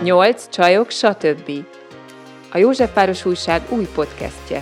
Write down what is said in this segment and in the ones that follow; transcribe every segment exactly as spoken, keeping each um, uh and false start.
Nyolc csajok, stb. A Józsefváros Újság új podcastje.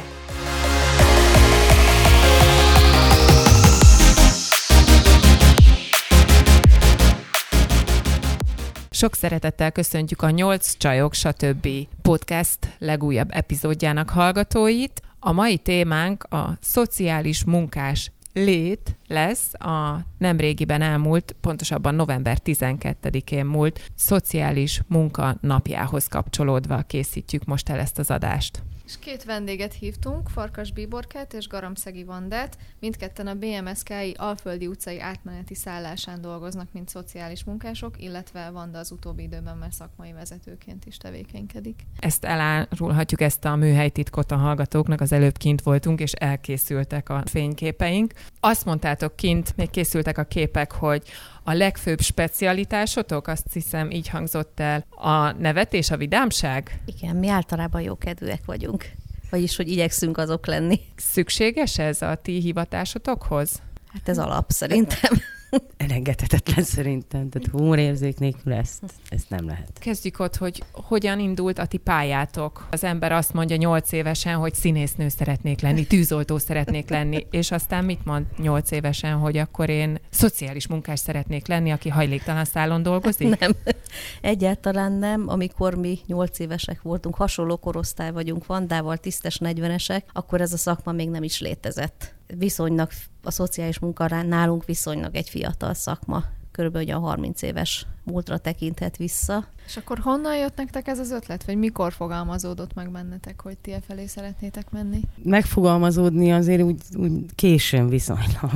Sok szeretettel köszöntjük a Nyolc csajok, stb. Podcast legújabb epizódjának hallgatóit. A mai témánk a szociális munkás lét lesz a nemrégiben elmúlt, pontosabban november tizenkettedikén múlt szociális munka napjához kapcsolódva készítjük most el ezt az adást. És két vendéget hívtunk, Farkas Bíborkát és Garamszegi Vandát, mindketten a bé em es ká i Alföldi utcai átmeneti szállásán dolgoznak, mint szociális munkások, illetve Vanda az utóbbi időben már szakmai vezetőként is tevékenykedik. Ezt elárulhatjuk, ezt a műhelytitkot a hallgatóknak, az előbb kint voltunk, és elkészültek a fényképeink. Azt mondtátok kint, még készültek a képek, hogy a legfőbb specialitásotok, azt hiszem így hangzott el, a nevetés, a vidámság? Igen, mi általában jókedvűek vagyunk. Vagyis, hogy igyekszünk azok lenni. Szükséges ez a ti hivatásotokhoz? Hát ez alap szerintem. Elengedhetetlen szerintem. Tehát humorérzék nélkül ezt, ezt nem lehet. Kezdjük ott, hogy hogyan indult a ti pályátok. Az ember azt mondja nyolc évesen, hogy színésznő szeretnék lenni, tűzoltó szeretnék lenni, és aztán mit mond nyolc évesen, hogy akkor én szociális munkás szeretnék lenni, aki hajléktalan szállon dolgozik? Nem. Egyáltalán nem. Amikor mi nyolc évesek voltunk, hasonló korosztály vagyunk Vandával, tisztes negyvenesek, akkor ez a szakma még nem is létezett. Viszonylag a szociális munka nálunk viszonylag egy fiatal szakma. Körülbelül olyan harminc éves múltra tekinthet vissza. És akkor honnan jött nektek ez az ötlet? Vagy mikor fogalmazódott meg bennetek, hogy ti e felé szeretnétek menni? Megfogalmazódni azért úgy, úgy későn viszonylag.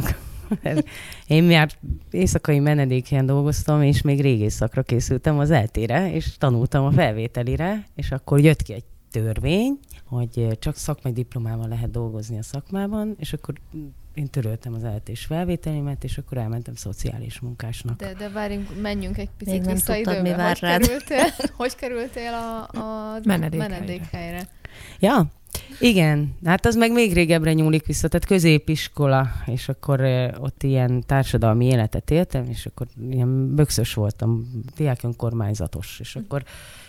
Én már éjszakai menedékhelyen dolgoztam, és még régészakra készültem az eltére, és tanultam a felvételire, és akkor jött ki egy törvény, hogy csak szakmai diplomával lehet dolgozni a szakmában, és akkor én töröltem az eltés felvételimet, és akkor elmentem szociális munkásnak. De, de várjunk, menjünk egy picit még nem vissza tudtad, időben. mi vár hogy, rád? kerültél, hogy kerültél a, a menedékhelyre. menedékhelyre? Ja, igen. Hát az meg még régebbre nyúlik vissza, tehát középiskola, és akkor ott ilyen társadalmi életet éltem, és akkor ilyen bökszös voltam, diák önkormányzatos, és akkor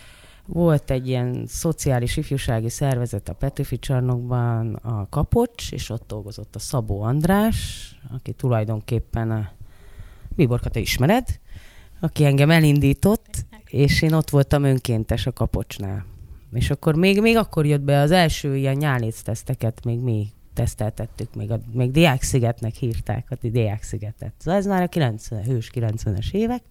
volt egy ilyen szociális ifjúsági szervezet a Petőfi Csarnokban, a Kapocs, és ott dolgozott a Szabó András, aki tulajdonképpen a Bíborka, te ismered, aki engem elindított, és én ott voltam önkéntes a Kapocsnál. És akkor még, még akkor jött be az első ilyen nyálécteszteket, még mi teszteltettük, még, a, még Diákszigetnek hívták a Diákszigetet. Szóval ez már a kilencven, hős kilencvenes évek,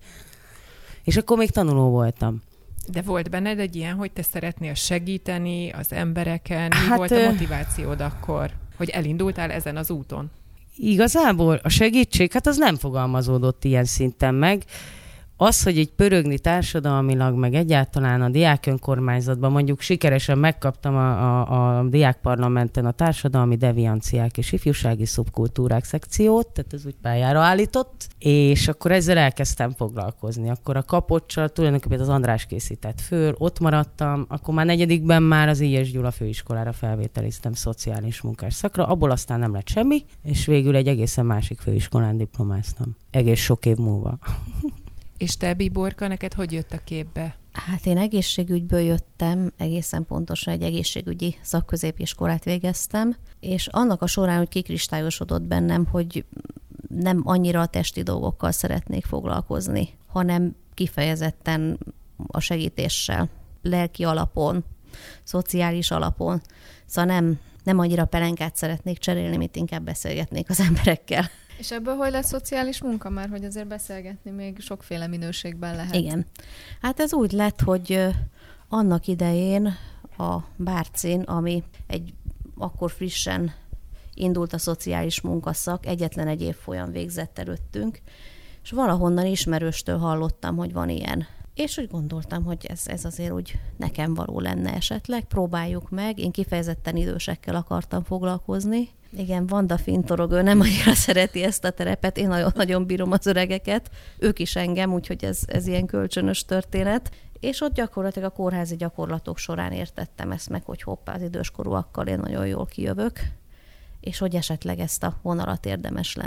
és akkor még tanuló voltam. De volt benned egy ilyen, hogy te szeretnél segíteni az embereken? Mi hát, volt a motivációd akkor, hogy elindultál ezen az úton? Igazából a segítség, hát az nem fogalmazódott ilyen szinten meg. Az, hogy így pörögni társadalmilag, meg egyáltalán a diák önkormányzatban, mondjuk sikeresen megkaptam a, a, a diákparlamenten a társadalmi devianciák és ifjúsági szubkultúrák szekciót, tehát ez úgy pályára állított, és akkor ezzel elkezdtem foglalkozni. Akkor a Kapoccsal tulajdonképpen az András készített föl, ott maradtam, akkor már negyedikben már az Ilyes Gyula főiskolára felvételiztem szociális munkás szakra, abból aztán nem lett semmi, és végül egy egészen másik főiskolán diplomáztam. Egész sok év múlva. És te, Bíborka, neked hogy jött a képbe? Hát én egészségügyből jöttem, egészen pontosan egy egészségügyi szakközépiskolát végeztem, és annak a során, hogy kikristályosodott bennem, hogy nem annyira a testi dolgokkal szeretnék foglalkozni, hanem kifejezetten a segítéssel, lelki alapon, szociális alapon. Szóval nem, nem annyira pelenkát szeretnék cserélni, mint inkább beszélgetnék az emberekkel. És ebből hogy lesz szociális munka már, hogy azért beszélgetni még sokféle minőségben lehet? Igen. Hát ez úgy lett, hogy annak idején a Bárcin, ami egy akkor frissen indult a szociális munkaszak, egyetlen egy évfolyam végzett előttünk, és valahonnan ismerőstől hallottam, hogy van ilyen. És úgy gondoltam, hogy ez, ez azért úgy nekem való lenne esetleg, próbáljuk meg. Én kifejezetten idősekkel akartam foglalkozni. Igen, Vanda fintorog, ő nem annyira szereti ezt a terepet, én nagyon-nagyon bírom az öregeket, ők is engem, úgyhogy ez, ez ilyen kölcsönös történet. És ott gyakorlatilag a kórházi gyakorlatok során értettem ezt meg, hogy hoppá, az időskorúakkal én nagyon jól kijövök, és hogy esetleg ezt a vonalat érdemes lenne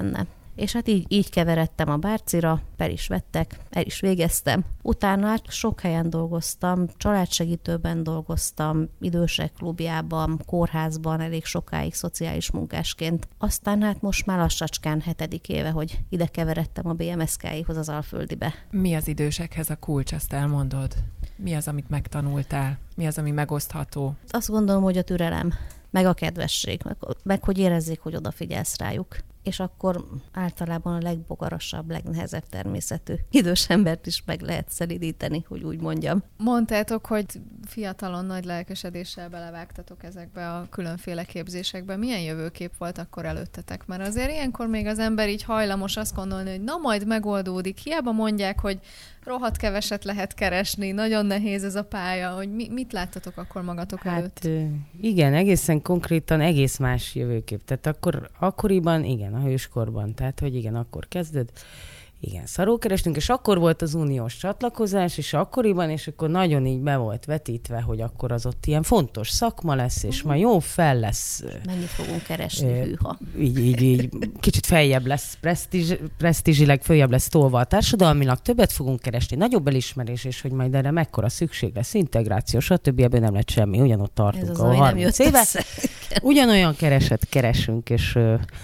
És hát így, így keveredtem a bárcira, fel is vettek, el is végeztem. Utána hát sok helyen dolgoztam, családsegítőben dolgoztam, idősek klubjában, kórházban, elég sokáig szociális munkásként. Aztán hát most már lassacskán hetedik éve, hogy ide keveredtem a bé em es ká i-hoz az Alföldibe. Mi az idősekhez a kulcs, azt elmondod? Mi az, amit megtanultál? Mi az, ami megosztható? Azt gondolom, hogy a türelem, meg a kedvesség, meg, meg hogy érezzék, hogy odafigyelsz rájuk. És akkor általában a legbogarasabb, legnehezebb természetű idős embert is meg lehet szelídíteni, hogy úgy mondjam. Mondtátok, hogy fiatalon nagy lelkesedéssel belevágtatok ezekbe a különféle képzésekbe. Milyen jövőkép volt akkor előttetek? Mert azért ilyenkor még az ember így hajlamos azt gondolni, hogy na majd megoldódik. Hiába mondják, hogy rohadt keveset lehet keresni, nagyon nehéz ez a pálya, hogy mi, mit láttatok akkor magatok hát, előtt? Igen, egészen konkrétan egész más jövőkép. Tehát akkor, akkoriban, igen, a hőskorban, tehát hogy igen, akkor kezded, igen, szarul kerestünk, és akkor volt az uniós csatlakozás, és akkoriban, és akkor nagyon így be volt vetítve, hogy akkor az ott ilyen fontos szakma lesz, és majd jó fel lesz. Mennyit fogunk keresni, e, hűha. Így, így, így, kicsit feljebb lesz, presztízs, presztízsileg följebb lesz tolva a társadalmilag, többet fogunk keresni, nagyobb elismerés, és hogy majd erre mekkora szükség lesz, integráció, stb. Ebből nem lett semmi, ugyanott tartunk, ez az, ahol harminc éve. Ugyanolyan kereset keresünk, és,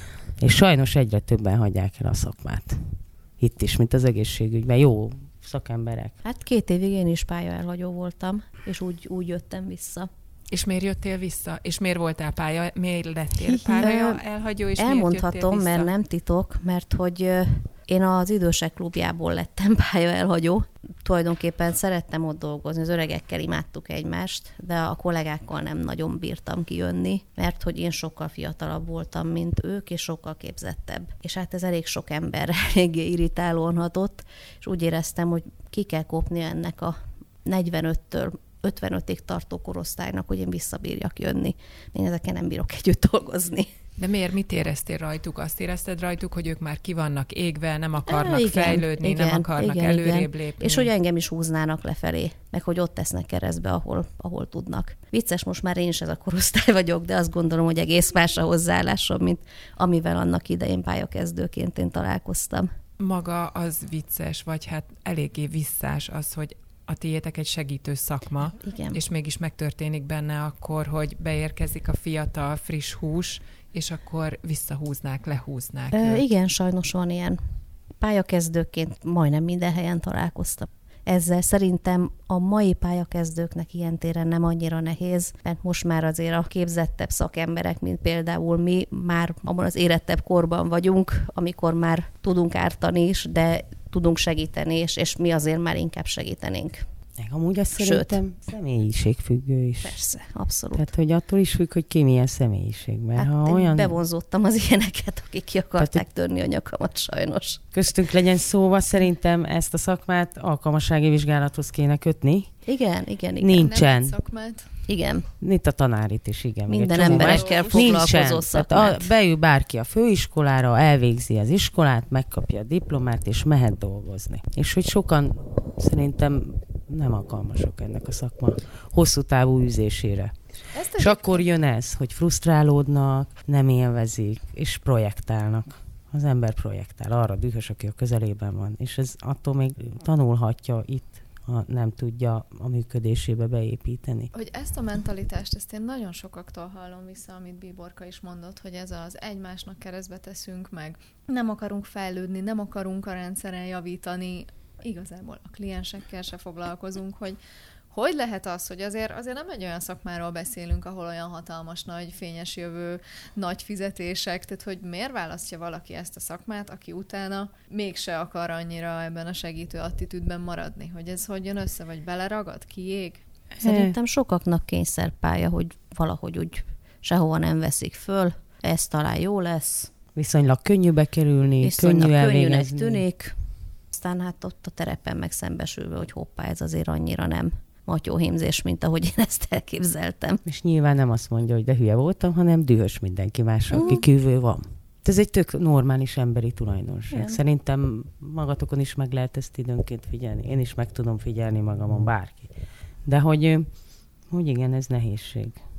és sajnos egyre többen hagyják el a szakmát. Itt is, mint az egészségügyben. Jó szakemberek. Hát két évig én is pályaelhagyó voltam, és úgy, úgy jöttem vissza. És miért jöttél vissza? És miért voltál pálya, miért lettél pálya elhagyó, és elmondhatom, mert nem titok, mert hogy én az idősek klubjából lettem pályaelhagyó. Tulajdonképpen szerettem ott dolgozni, az öregekkel imádtuk egymást, de a kollégákkal nem nagyon bírtam kijönni, mert hogy én sokkal fiatalabb voltam, mint ők, és sokkal képzettebb. És hát ez elég sok ember eléggé irritálóan hatott, és úgy éreztem, hogy ki kell kopni ennek a negyvenöttől ötvenötig tartó korosztálynak, hogy én visszabírjak jönni. Én ezeken nem bírok együtt dolgozni. De miért? Mit éreztél rajtuk? Azt érezted rajtuk, hogy ők már ki vannak égve, nem akarnak e, igen, fejlődni, igen, nem akarnak igen, előrébb igen. lépni? És hogy engem is húznának lefelé, meg hogy ott tesznek keresztbe, ahol, ahol tudnak. Vicces, most már én is ez a korosztály vagyok, de azt gondolom, hogy egész más a hozzáállásom, mint amivel annak idején pályakezdőként én találkoztam. Maga az vicces, vagy hát eléggé visszás az, hogy a tiétek egy segítő szakma, igen. És mégis megtörténik benne akkor, hogy beérkezik a fiatal, friss hús, és akkor visszahúznák, lehúznák. Ö, igen, sajnos van ilyen. Pályakezdőként majdnem minden helyen találkoztam. Ezzel szerintem a mai pályakezdőknek ilyen téren nem annyira nehéz, mert most már azért a képzettebb szakemberek, mint például mi, már abban az érettebb korban vagyunk, amikor már tudunk ártani is, de tudunk segíteni, és, és mi azért már inkább segítenénk. Amúgy azt szerintem személyiségfüggő is. Persze, abszolút. Tehát, hogy attól is függ, hogy ki milyen személyiség. Mert hát ha olyan... bevonzottam az ilyeneket, akik ki akarták Tehát, törni a nyakamat, sajnos. Köztünk legyen szóval, szerintem ezt a szakmát alkalmassági vizsgálathoz kéne kötni. Igen, igen, igen. Nincsen. Nem szakmát. Igen. Itt a tanárit is, igen. Minden emberekkel foglalkozó szakmát. A, beül bárki a főiskolára, elvégzi az iskolát, megkapja a diplomát, és mehet dolgozni. És hogy sokan szerintem nem alkalmasok ennek a szakma hosszú távú űzésére. És akkor jön ez, hogy frusztrálódnak, nem élvezik, és projektálnak. Az ember projektál, arra dühös, aki a közelében van. És ez attól még tanulhatja itt, ha nem tudja a működésébe beépíteni. Hogy ezt a mentalitást, ezt én nagyon sokaktól hallom vissza, amit Bíborka is mondott, hogy ez az egymásnak keresztbe teszünk meg. Nem akarunk fejlődni, nem akarunk a rendszeren javítani. Igazából a kliensekkel se foglalkozunk, hogy hogy lehet az, hogy azért, azért nem egy olyan szakmáról beszélünk, ahol olyan hatalmas, nagy, fényes jövő, nagy fizetések, tehát hogy miért választja valaki ezt a szakmát, aki utána mégse akar annyira ebben a segítő attitűdben maradni, hogy ez hogy jön össze, vagy beleragad, kiég? Szerintem sokaknak kényszerpálya, hogy valahogy úgy sehova nem veszik föl, ez talán jó lesz. Viszonylag könnyű bekerülni, Viszonylag könnyű könnyűnek elvégezni. tűnik, aztán hát ott a terepen meg szembesülve, hogy hoppá, ez azért annyira nem matyóhímzés, mint ahogy én ezt elképzeltem. És nyilván nem azt mondja, hogy de hülye voltam, hanem dühös mindenki más, aki uh-huh. kívül van. Ez egy tök normális emberi tulajdonság. Igen. Szerintem magatokon is meg lehet ezt időnként figyelni. Én is meg tudom figyelni magamon, bárki. De hogy, hogy igen, ez nehézség.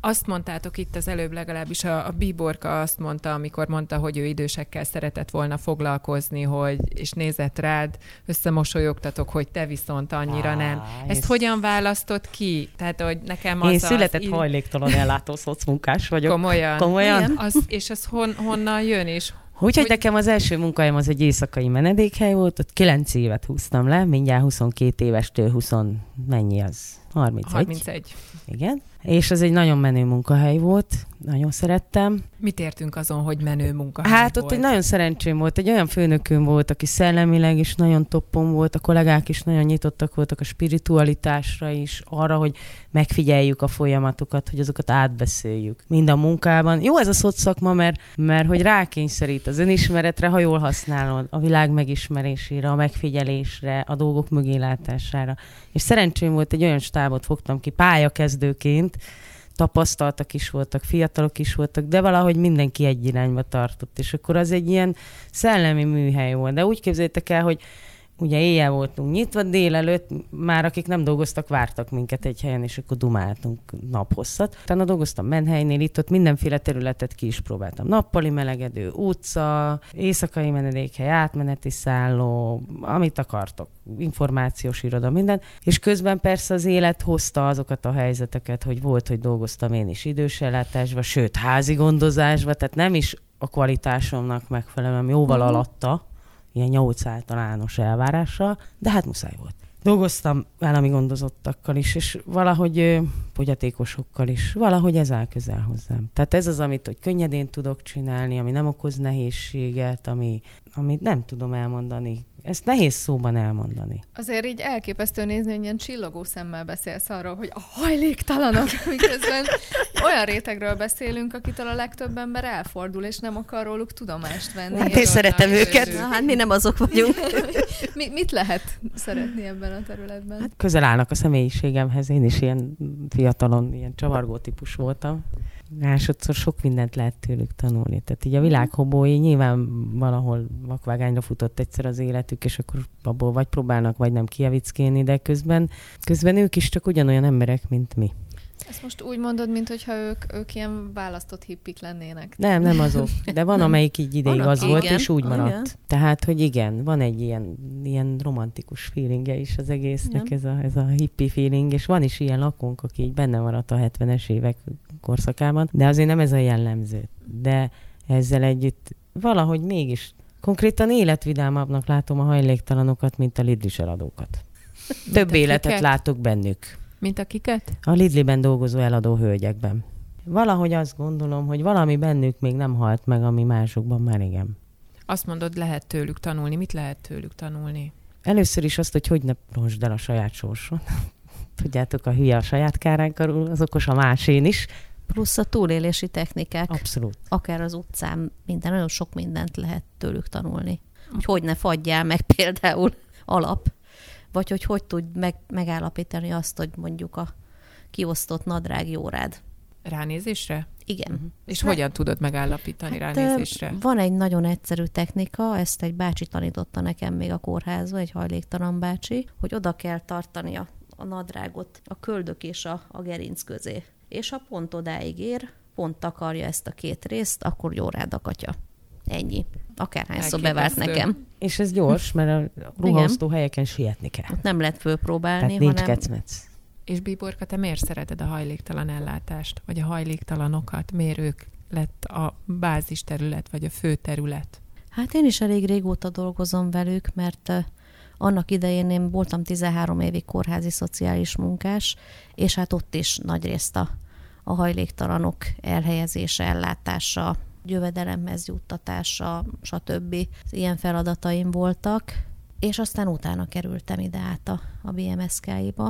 Azt mondtátok itt az előbb, legalábbis a, a Bíborka azt mondta, amikor mondta, hogy ő idősekkel szeretett volna foglalkozni, hogy, és nézett rád, összemosolyogtatok, hogy te viszont annyira Á, nem. Ezt ez... hogyan választott ki? Tehát, hogy nekem az Én született az... hajléktalan ellátó szocmunkás vagyok. Komolyan? Komolyan? Az, és ez hon, honnan jön is? Úgyhogy hogy... nekem az első munkahelyem az egy éjszakai menedékhely volt, ott kilenc évet húztam le, mindjárt huszonkét évestől húsz, mennyi az? harmincegy. harmincegy. Igen. És ez egy nagyon menő munkahely volt, nagyon szerettem. Mit értünk azon, hogy menő munkahely Hát volt? ott egy nagyon szerencsém volt, egy olyan főnökünk volt, aki szellemileg is nagyon toppon volt, a kollégák is nagyon nyitottak voltak a spiritualitásra is, arra, hogy megfigyeljük a folyamatokat, hogy azokat átbeszéljük. Mind a munkában. Jó ez a szocszakma, mert, mert hogy rákényszerít az önismeretre, ha jól használod, a világ megismerésére, a megfigyelésre, a dolgok mögé látására. És szerencsém volt, egy olyan stábot fogtam ki pályakezdőként, tapasztaltak is voltak, fiatalok is voltak, de valahogy mindenki egy irányba tartott, és akkor az egy ilyen szellemi műhely volt. De úgy képzeljétek el, hogy ugye éjjel voltunk nyitva, délelőtt már akik nem dolgoztak, vártak minket egy helyen, és akkor dumáltunk naphosszat. Utána dolgoztam Menhelynél, itt ott mindenféle területet ki is próbáltam. Nappali melegedő, utca, éjszakai menedékhely, átmeneti szálló, amit akartok, információs iroda, minden. És közben persze az élet hozta azokat a helyzeteket, hogy volt, hogy dolgoztam én is idősellátásba, sőt házi gondozásba, tehát nem is a kvalitásomnak megfelelően, jóval uh-huh. alatta, ilyen nyolc általános elvárással, de hát muszáj volt. Dolgoztam állami gondozottakkal is, és valahogy ö, fogyatékosokkal is, valahogy ez áll közel hozzám. Tehát ez az, amit hogy könnyedén tudok csinálni, ami nem okoz nehézséget, ami, amit nem tudom elmondani. Ezt nehéz szóban elmondani. Azért így elképesztő nézni, hogy ilyen csillogó szemmel beszélsz arról, hogy a hajléktalanok, miközben olyan rétegről beszélünk, akitől a legtöbb ember elfordul, és nem akar róluk tudomást venni. Hát én szeretem őket. Na, hát mi nem azok vagyunk. mi, mit lehet szeretni ebben a területben? Hát közel állnak a személyiségemhez, én is ilyen fiatalon, ilyen csavargó típus voltam. Másodszor sok mindent lehet tőlük tanulni. Tehát így a világhobói nyilván valahol vakvágányra futott egyszer az életük, és akkor abból vagy próbálnak, vagy nem kijavickélni, de közben, közben ők is csak ugyanolyan emberek, mint mi. Ezt most úgy mondod, mintha ők, ők ilyen választott hippik lennének. Nem, nem azok. De van, amelyik így ideig az igen. volt, és úgy maradt. Igen. Tehát, hogy igen, van egy ilyen, ilyen romantikus feelingje is az egésznek, ez a, ez a hippie feeling, és van is ilyen lakónk, aki így benne maradt a hetvenes évek korszakában, de azért nem ez a jellemző. De ezzel együtt valahogy mégis konkrétan életvidámabbnak látom a hajléktalanokat, mint a lidlis eladókat. Több életet kiket? Látok bennük. Mint akiket? A Lidliben dolgozó eladó hölgyekben. Valahogy azt gondolom, hogy valami bennük még nem halt meg, ami másokban már igen. Azt mondod, lehet tőlük tanulni. Mit lehet tőlük tanulni? Először is azt, hogy hogy ne rosd el a saját sorson. Tudjátok, a hülye a saját kárán karul, az okos a másén is. Plusz a túlélési technikák. Abszolút. Akár az utcán minden, nagyon sok mindent lehet tőlük tanulni. Hogy hogy ne fagyjál meg például alap. Vagy hogy hogy tudj meg, megállapítani azt, hogy mondjuk a kiosztott nadrág jó rád. Ránézésre? Igen. Uh-huh. És hát, hogyan tudod megállapítani hát, ránézésre? Van egy nagyon egyszerű technika, ezt egy bácsi tanította nekem még a kórházban, egy hajléktalan bácsi, hogy oda kell tartani a, a nadrágot a köldök és a, a gerinc közé. És ha pont odáig ér, pont takarja ezt a két részt, akkor jó rád a katya. Ennyi. Akárhányszor bevált nekem. És ez gyors, mert a ruhaosztó helyeken sietni kell. Ott nem lehet fölpróbálni, tehát nincs hanem... kecmec. És Bíborka, te miért szereted a hajléktalan ellátást, vagy a hajléktalanokat? Miért ők lett a bázis terület, vagy a fő terület? Hát én is elég régóta dolgozom velük, mert uh, annak idején én voltam tizenhárom évig kórházi szociális munkás, és hát ott is nagyrészt a, a hajléktalanok elhelyezése, ellátása, jövedelemhez juttatása, stb. Ilyen feladataim voltak, és aztán utána kerültem ide át a, a bé em es ká-ba,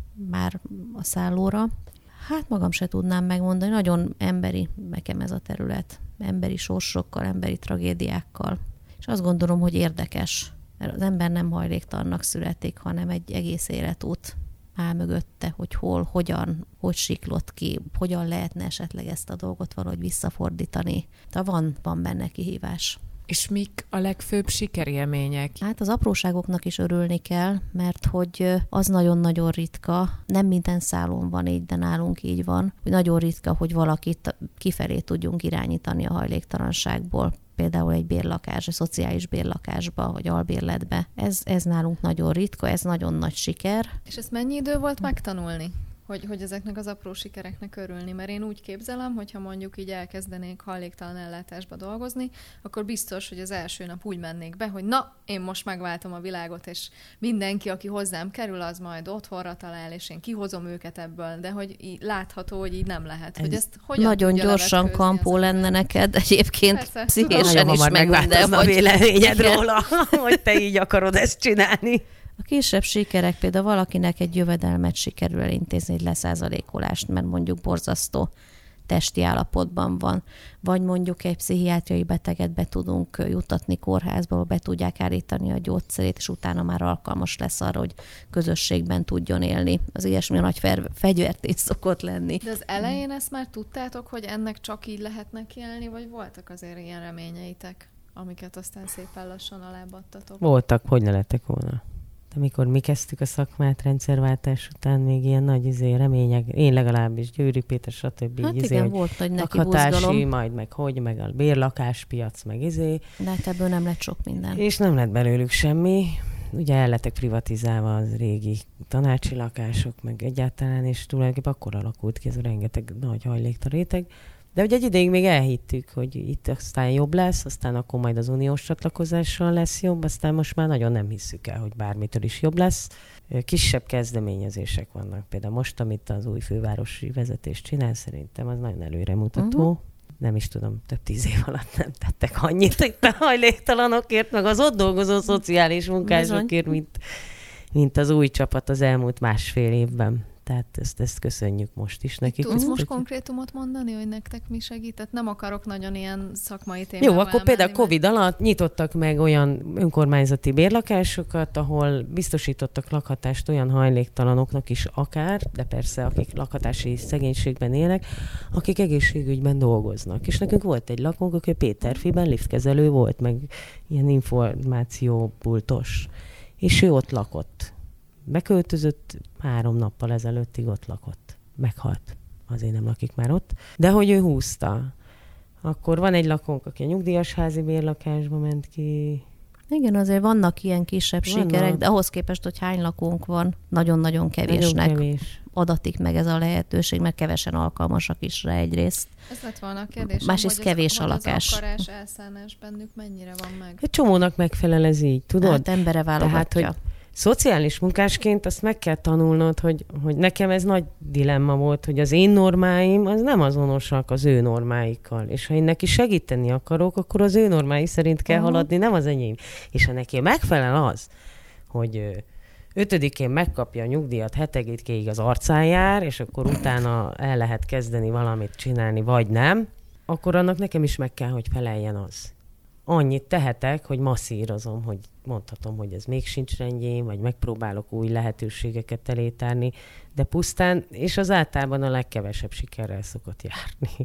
már a szállóra. Hát magam se tudnám megmondani, nagyon emberi nekem ez a terület, emberi sorsokkal, emberi tragédiákkal. És azt gondolom, hogy érdekes, mert az ember nem hajléktalannak születik, hanem egy egész életút áll mögötte, hogy hol, hogyan, hogy siklott ki, hogyan lehetne esetleg ezt a dolgot valahogy visszafordítani. Tehát van, van benne kihívás. És mik a legfőbb sikerélmények? Hát az apróságoknak is örülni kell, mert hogy az nagyon-nagyon ritka, nem minden szálon van így, de nálunk így van, hogy nagyon ritka, hogy valakit kifelé tudjunk irányítani a hajléktalanságból. Például egy bérlakás, egy szociális bérlakásba, vagy albérletbe. Ez, ez nálunk nagyon ritka, ez nagyon nagy siker. És ezt mennyi idő volt megtanulni? Hogy, hogy ezeknek az apró sikereknek örülni, mert én úgy képzelem, hogyha mondjuk így elkezdenék hajléktalan ellátásba dolgozni, akkor biztos, hogy az első nap úgy mennék be, hogy na, én most megváltom a világot, és mindenki, aki hozzám kerül, az majd otthonra talál, és én kihozom őket ebből, de hogy így látható, hogy így nem lehet. Ez hogy ezt hogyan nagyon gyorsan kampó lenne neked, egyébként pszichésen is, meg minden, a véleményed róla, hogy te így akarod ezt csinálni. A kisebb sikerek, például valakinek egy jövedelmet sikerül elintézni, egy leszázalékolást, mert mondjuk borzasztó testi állapotban van, vagy mondjuk egy pszichiátriai beteget be tudunk juttatni kórházba, be tudják állítani a gyógyszerét, és utána már alkalmas lesz arra, hogy közösségben tudjon élni. Az ilyesmi nagy fegyvertény szokott lenni. De az elején ezt már tudtátok, hogy ennek csak így lehetnek élni, vagy voltak azért ilyen reményeitek, amiket aztán szépen lassan alábbadtatok? Voltak, hogy ne lettek volna. De mikor mi kezdtük a szakmát rendszerváltás után, még ilyen nagy izé, remények, én legalábbis, Győri Péter, stb. Hát izé, igen, volt nagy neki lakhatási, buzgalom. majd meg hogy, meg a bérlakáspiac, meg izé. De hát ebből nem lett sok minden. És nem lett belőlük semmi. Ugye el lettek privatizálva az régi tanácsi lakások, meg egyáltalán, és tulajdonképpen akkor alakult ki ez a rengeteg nagy hajléktalan réteg. De ugye egy ideig még elhittük, hogy itt aztán jobb lesz, aztán akkor majd az uniós csatlakozással lesz jobb, aztán most már nagyon nem hisszük el, hogy bármitől is jobb lesz. Kisebb kezdeményezések vannak. Például most, amit az új fővárosi vezetés csinál, szerintem az nagyon előremutató. Uh-huh. Nem is tudom, több tíz év alatt nem tettek annyit itt a hajléktalanokért, meg az ott dolgozó szociális munkásokért, mint, mint az új csapat az elmúlt másfél évben. Tehát ezt, ezt köszönjük most is nekik. Tudsz most hogy... konkrétumot mondani, hogy nektek mi segített? Nem akarok nagyon ilyen szakmai témával Jó, akkor például elmenni, Covid alatt nyitottak meg olyan önkormányzati bérlakásokat, ahol biztosítottak lakhatást olyan hajléktalanoknak is akár, de persze akik lakhatási szegénységben élnek, akik egészségügyben dolgoznak. És nekünk volt egy lakónk, aki Péterfiben liftkezelő volt, meg ilyen információpultos. És ő ott lakott. Beköltözött, három nappal ezelőttig ott lakott. Meghalt. Azért nem lakik már ott. De hogy ő húzta. Akkor van egy lakónk, aki a nyugdíjas házi bérlakásba ment ki. Igen, azért vannak ilyen kisebb Vannak. sikerek, de ahhoz képest, hogy hány lakónk van, nagyon-nagyon kevésnek Nagyon kevés. adatik meg ez a lehetőség, mert kevesen alkalmasak is rá egyrészt. Ez lett volna a kérdésem, Másrészt hogy kevés az, a lakás. Hogy az akarás, elszánás bennük mennyire van meg? Egy csomónak megfelel ez így, tudod? Hát embere válogatja. Tehát, hogy szociális munkásként azt meg kell tanulnod, hogy, hogy nekem ez nagy dilemma volt, hogy az én normáim az nem azonosak az ő normáikkal. És ha én neki segíteni akarok, akkor az ő normái szerint kell uh-huh. haladni, nem az enyém. És ha neki megfelel az, hogy ötödikén megkapja a nyugdíjat, hetedikéig az arcán jár, és akkor utána el lehet kezdeni valamit csinálni, vagy nem, akkor annak nekem is meg kell, hogy feleljen az. Annyit tehetek, hogy masszírozom, hogy mondhatom, hogy ez még sincs rendjén, vagy megpróbálok új lehetőségeket elétárni, de pusztán, és az általában a legkevesebb sikerrel szokott járni.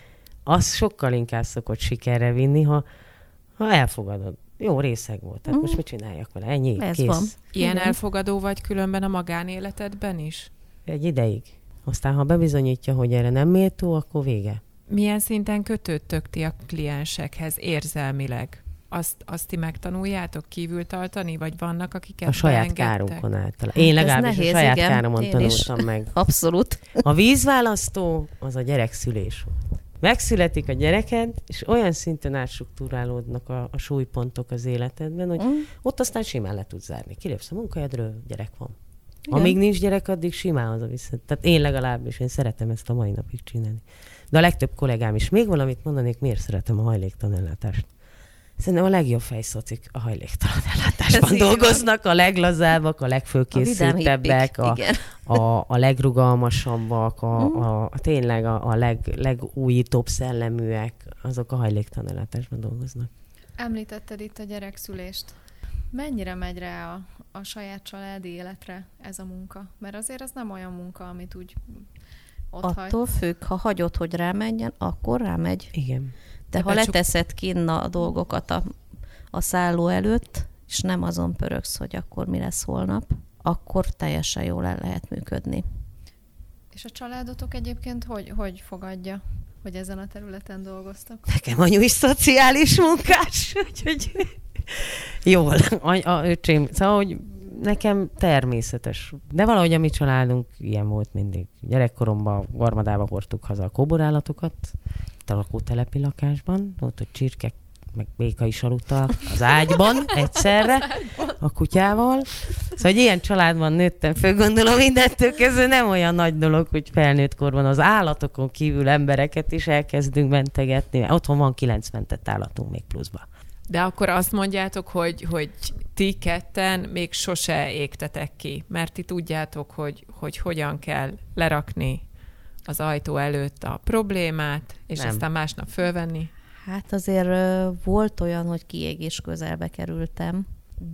Az sokkal inkább szokott sikerre vinni, ha, ha elfogadod. Jó részeg volt, tehát mm. most mit csináljak vele? Ennyi, ez kész. Van. Ilyen Igen. elfogadó vagy különben a magánéletedben is? Egy ideig. Aztán, ha bebizonyítja, hogy erre nem méltó, akkor vége. Milyen szinten kötődtök ti a kliensekhez érzelmileg? Azt, azt ti megtanuljátok kívül tartani, vagy vannak, akiket A saját beengedtek? kárunkon általában. Én legalábbis nehéz, a saját igen. káromon Én tanultam is. meg. Abszolút. A vízválasztó az a gyerekszülés volt. Megszületik a gyereked, és olyan szinten átstruktúrálódnak a, a súlypontok az életedben, hogy mm. ott aztán simán le tudsz zárni. Kilépsz a munkahelyedről, gyerek van. Igen. Amíg nincs gyerek, addig simán haza vissza. Tehát én legalábbis, én szeretem ezt a mai napig csinálni. De a legtöbb kollégám is. Még valamit mondanék, miért szeretem a hajléktalan ellátást. Szerintem a legjobb fejszocik a hajléktalan ellátásban dolgoznak, a leglazábbak, a legfölkészültebbek, a, a, a, a legrugalmasabbak, a, a, a tényleg a, a leg, legújítóbb szelleműek, azok a hajléktalan ellátásban dolgoznak. Említetted itt a gyerekszülést. Mennyire megy rá a, a saját családi életre ez a munka? Mert azért ez nem olyan munka, amit úgy ott Attól hagysz. függ, ha hagyod, hogy rámenjen, akkor rámegy. Igen. De ha Ebben leteszed kinn a dolgokat a, a szálló előtt, és nem azon pörögsz, hogy akkor mi lesz holnap, akkor teljesen jól el lehet működni. És a családotok egyébként hogy, hogy fogadja, hogy ezen a területen dolgoztak? Nekem anyu is szociális munkás, úgyhogy jól. A, a öcsém, szóval, hogy nekem természetes. De valahogy a mi családunk ilyen volt mindig. Gyerekkoromban Garmadába hordtuk haza a kóborállatokat, itt a lakótelepi lakásban, ott a csirkek meg béka is aludta az ágyban egyszerre a kutyával. Szóval egy ilyen családban nőttem föl, gondolom mindentől kezdve nem olyan nagy dolog, hogy felnőtt korban az állatokon kívül embereket is elkezdünk mentegetni. Otthon van kilenc mentett állatunk még pluszba. De akkor azt mondjátok, hogy, hogy ti ketten még sose égtetek ki, mert ti tudjátok, hogy, hogy hogyan kell lerakni az ajtó előtt a problémát, és Nem. aztán másnap fölvenni. Hát azért ö, volt olyan, hogy kiégés közelbe kerültem,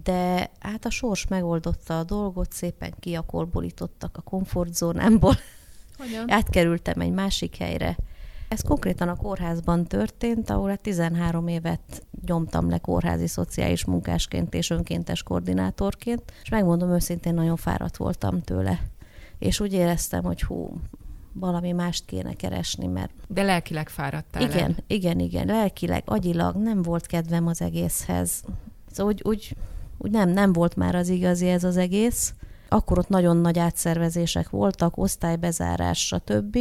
de hát a sors megoldotta a dolgot, szépen kiakolbolítottak a komfortzónámból. Hogyan? Átkerültem egy másik helyre. Ez konkrétan a kórházban történt, ahol hát tizenhárom évet nyomtam le kórházi szociális munkásként és önkéntes koordinátorként, és megmondom őszintén, nagyon fáradt voltam tőle. És úgy éreztem, hogy hú, valami mást kéne keresni, mert De lelkileg fáradtál igen, el. igen, igen, lelkileg, agyilag nem volt kedvem az egészhez. Szóval úgy, úgy, úgy nem, nem volt már az igazi ez az egész. Akkor ott nagyon nagy átszervezések voltak, osztálybezárás, stb.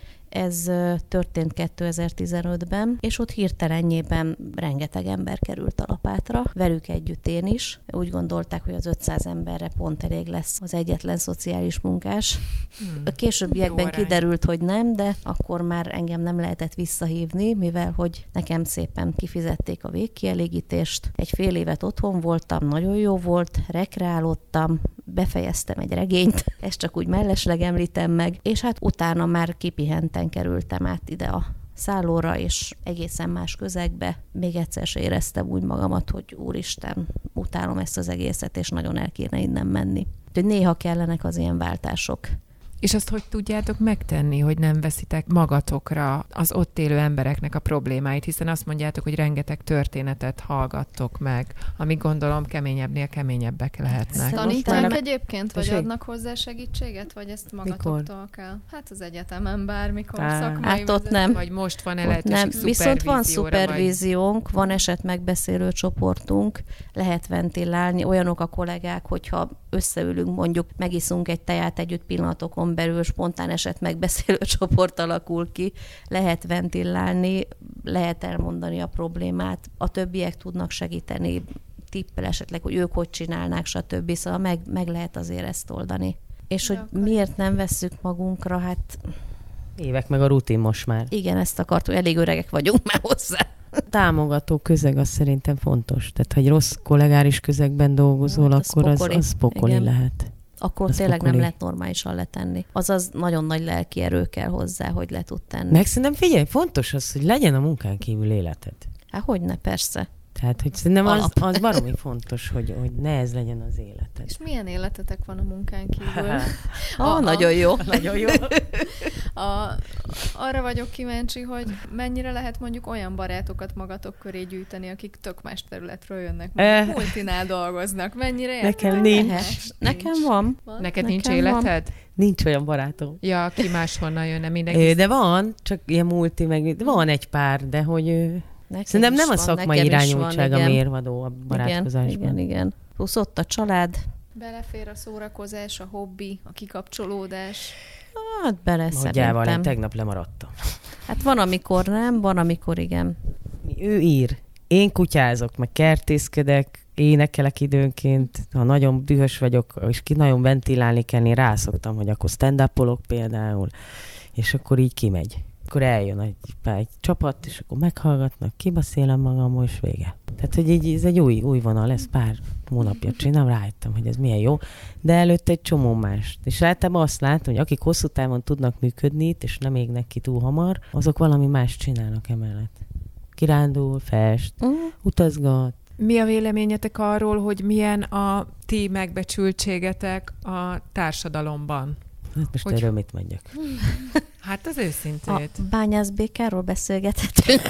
Ez ö, történt kétezer-tizenötben, és ott hirtelenjében rengeteg ember került a lapátra, velük együtt én is. Úgy gondolták, hogy az ötszáz emberre pont elég lesz az egyetlen szociális munkás. Hmm. A későbbiekben Jó arány. kiderült, hogy nem, de akkor már engem nem lehetett visszahívni, mivel hogy nekem szépen kifizették a végkielégítést. Egy fél évet otthon voltam, nagyon jó volt, rekreálódtam, befejeztem egy regényt, ezt csak úgy mellesleg említem meg, és hát utána már kipihenten kerültem át ide a szállóra, és egészen más közegbe. Még egyszer se éreztem úgy magamat, hogy úristen, utálom ezt az egészet, és nagyon el kéne innen menni. Úgyhogy néha kellenek az ilyen váltások. És azt hogy tudjátok megtenni, hogy nem veszitek magatokra az ott élő embereknek a problémáit, hiszen azt mondjátok, hogy rengeteg történetet hallgattok meg, amik gondolom keményebbnél keményebbek lehetnek. Tanítják már- egyébként, vagy Tessék? adnak hozzá segítséget, vagy ezt magatoktól kell? Hát az egyetemen bármikor Á. szakmai Hát ott vezető. nem. Vagy most van-e Ott lehetőség nem. Viszont van szupervízióra, szupervíziónk, van esetmegbeszélő csoportunk, lehet ventilálni, olyanok a kollégák, hogyha összeülünk, mondjuk megiszunk egy teját együtt pillanatokon belül, spontán esetmegbeszélő csoport alakul ki, lehet ventilálni, lehet elmondani a problémát, a többiek tudnak segíteni, tippel esetleg, hogy ők hogy csinálnák, stb. Szóval meg, meg lehet azért ezt oldani. És De hogy akkor- miért nem vesszük magunkra, hát Évek meg a rutin most már. igen, ezt akartuk, elég öregek vagyunk már hozzá. Támogató közeg az szerintem fontos. Tehát, ha egy rossz kollégáris közegben dolgozol, Hát az akkor az, pokoli. az pokoli Igen. lehet. Akkor Az tényleg pokoli. nem lehet normálisan letenni. Azaz nagyon nagy lelki erő kell hozzá, hogy le tud tenni. Meg szerintem figyelj, fontos az, hogy legyen a munkán kívül életed. Hát hogyne, persze. Tehát, hogy szerintem az, Alap. az baromi fontos, hogy, hogy ne ez legyen az életed. És milyen életetek van a munkán kívül? Ah, A- nagyon jó. Nagyon jó. A, arra vagyok kíváncsi, hogy mennyire lehet mondjuk olyan barátokat magatok köré gyűjteni, akik tök más területről jönnek, Eh. mondjuk multinál dolgoznak. Mennyire Nekem érted? nincs. Lehet. Nekem van. Van? Neked Nekem nincs van. életed? Nincs olyan barátom. Ja, ki máshonnan jönne mindenki. Ö, De van, csak ilyen multi, meg de van egy pár, de hogy ö, Nekem szerintem is nem a van, szakmai nekem is irányultság van, a igen. mérvadó a barátkozásban. Igen, igen, igen. Plusz ott a család, Belefér a szórakozás, a hobbi, a kikapcsolódás. hát bele Nagyjával én szerintem. tegnap lemaradtam. Hát van, amikor nem, van, amikor igen. Ő ír. Én kutyázok, meg kertészkedek, énekelek időnként, ha nagyon dühös vagyok, és ki nagyon ventilálni kell, én rászoktam, hogy akkor stand-upolok például, és akkor így kimegy. Akkor eljön egy, egy csapat, és akkor meghallgatnak, kibeszélem magam, és vége. Tehát, hogy így, ez egy új, új vonal, ez pár hónapja csinálom, rájöttem, hogy ez milyen jó, de előtte egy csomó mást. És általában azt látom, hogy akik hosszú távon tudnak működni itt, és nem égnek ki túl hamar, azok valami más csinálnak emellett. Kirándul, fest, Mm. utazgat. Mi a véleményetek arról, hogy milyen a ti megbecsültségetek a társadalomban? Hát most Hogy- erről mit mondjak? Hát az A őszintét. bányászbékáról beszélgethetünk.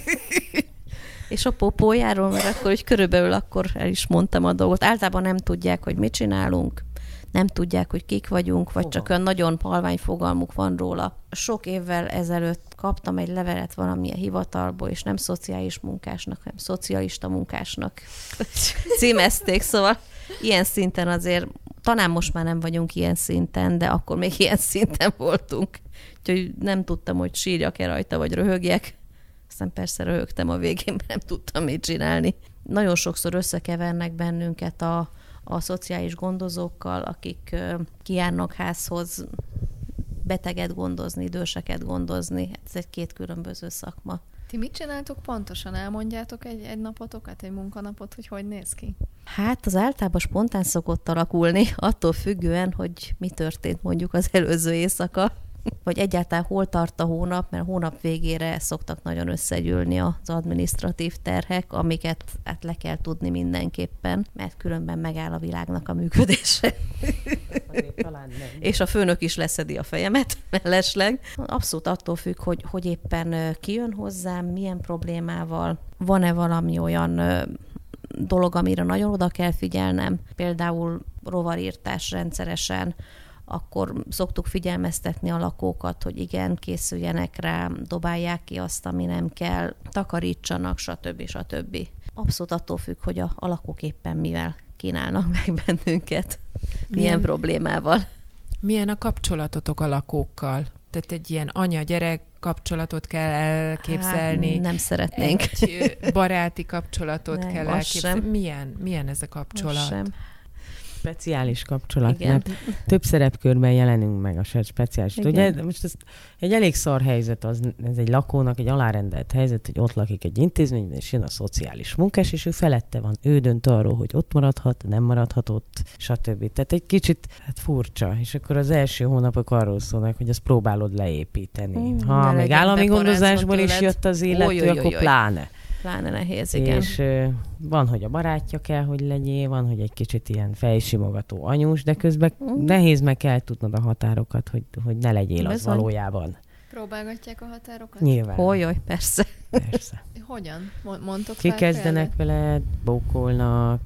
És a popójáról, mert akkor, hogy körülbelül akkor el is mondtam a dolgot. Általában nem tudják, hogy mit csinálunk, nem tudják, hogy kik vagyunk, vagy csak olyan nagyon halvány fogalmuk van róla. Sok évvel ezelőtt kaptam egy levelet valamilyen hivatalból, és nem szociális munkásnak, hanem szocialista munkásnak címezték, szóval ilyen szinten azért, talán most már nem vagyunk ilyen szinten, de akkor még ilyen szinten voltunk. Úgyhogy nem tudtam, hogy sírjak-e rajta, vagy röhögjek. Aztán persze röhögtem a végén, mert nem tudtam mit csinálni. Nagyon sokszor összekevernek bennünket a, a szociális gondozókkal, akik uh, kijárnak házhoz beteget gondozni, időseket gondozni. Ez egy két különböző szakma. Ti mit csináltok pontosan? Elmondjátok egy, egy napotokat, egy munkanapot, hogy hogy néz ki? Hát az általában spontán szokott alakulni, attól függően, hogy mi történt mondjuk az előző éjszaka, vagy egyáltalán hol tart a hónap, mert a hónap végére szoktak nagyon összegyűlni az adminisztratív terhek, amiket hát le kell tudni mindenképpen, mert különben megáll a világnak a működése. És a főnök is leszedi a fejemet mellesleg. Abszolút attól függ, hogy, hogy éppen ki jön hozzám, milyen problémával, van-e valami olyan dolog, amire nagyon oda kell figyelnem, például rovarírtás rendszeresen, akkor szoktuk figyelmeztetni a lakókat, hogy igen, készüljenek rá, dobálják ki azt, ami nem kell, takarítsanak, stb. stb. Abszolút attól függ, hogy a, a lakók éppen mivel kínálnak meg bennünket, milyen, milyen problémával. Milyen a kapcsolatotok a lakókkal? Tehát egy ilyen anya-gyerek kapcsolatot kell elképzelni. Hát, nem szeretnénk. Egy baráti kapcsolatot nem, kell elképzelni. Sem. Milyen, milyen ez a kapcsolat? Az sem. Speciális kapcsolat, Igen. mert több szerepkörben jelenünk meg a speciális. Igen. Ugye most ez egy elég szar helyzet, az, ez egy lakónak egy alárendelt helyzet, hogy ott lakik egy intézményben, és jön a szociális munkás, és ő felette van. Ő dönt arról, hogy ott maradhat, nem maradhat ott, stb. Tehát egy kicsit hát furcsa, és akkor az első hónapok arról szólnak, hogy azt próbálod leépíteni. Mm, ha még állami gondozásból is jött az illető, oly, oly, akkor oly, oly. pláne. Pláne nehéz, igen. És uh, van, hogy a barátja kell, hogy legyél, van, hogy egy kicsit ilyen fejsimogató anyós, de közben mm. nehéz meg kell tudnod a határokat, hogy, hogy ne legyél az Bizony. valójában. Próbálgatják a határokat? Nyilván. Hogy, persze. Persze. Hogyan? Mondtok Kikezdenek veled, bókolnak,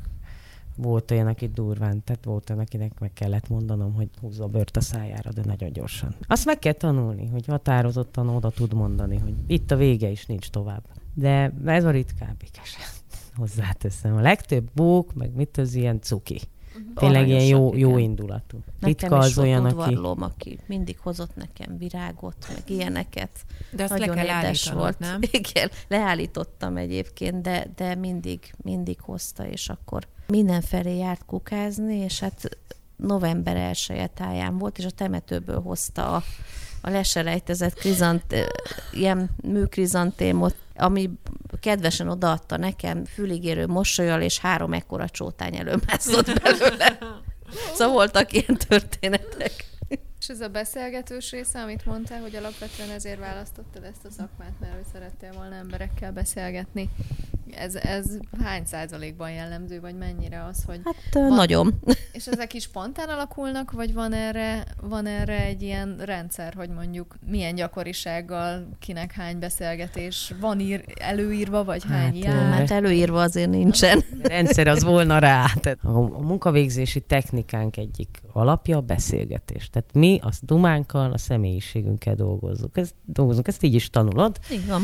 volt olyan, aki durván, tehát volt olyan, akinek meg kellett mondanom, hogy húzza a bört a szájára, de nagyon gyorsan. Azt meg kell tanulni, hogy határozottan oda tud mondani, hogy itt a vége is, nincs tovább. De ez a ritkábbikes. Hozzáteszem. A legtöbb bók, meg mit az ilyen cuki. Tényleg ilyen jó, jó indulatú. Ritka az olyan, aki... udvarlóm, aki mindig hozott nekem virágot, meg ilyeneket. De azt nagyon le kell édes állítanod, volt. nem? Igen, leállítottam egyébként, de, de mindig, mindig hozta, és akkor mindenfelé járt kukázni, és hát november elseje táján volt, és a temetőből hozta a, a leselejtezett krizant, ilyen műkrizantémot, ami kedvesen odaadta nekem füligérő mosollyal, és három ekkora csótány előmászott belőle. Szóval voltak ilyen történetek. És ez a beszélgetős része, amit mondtál, hogy alapvetően ezért választottad ezt a szakmát, mert hogy szerettél volna emberekkel beszélgetni. Ez, ez hány százalékban jellemző, vagy mennyire az, hogy... Hát van, nagyon. És ezek is spontán alakulnak, vagy van erre, van erre egy ilyen rendszer, hogy mondjuk milyen gyakorisággal, kinek hány beszélgetés van ír, előírva, vagy hány Hát, jár? Hát előírva azért nincsen. A rendszer az volna rá. Tehát a munkavégzési technikánk egyik alapja a beszélgetés. Tehát mi a dumánkkal, a személyiségünkkel dolgozunk. Ezt, dolgozunk. Ezt így is tanulod. Igen.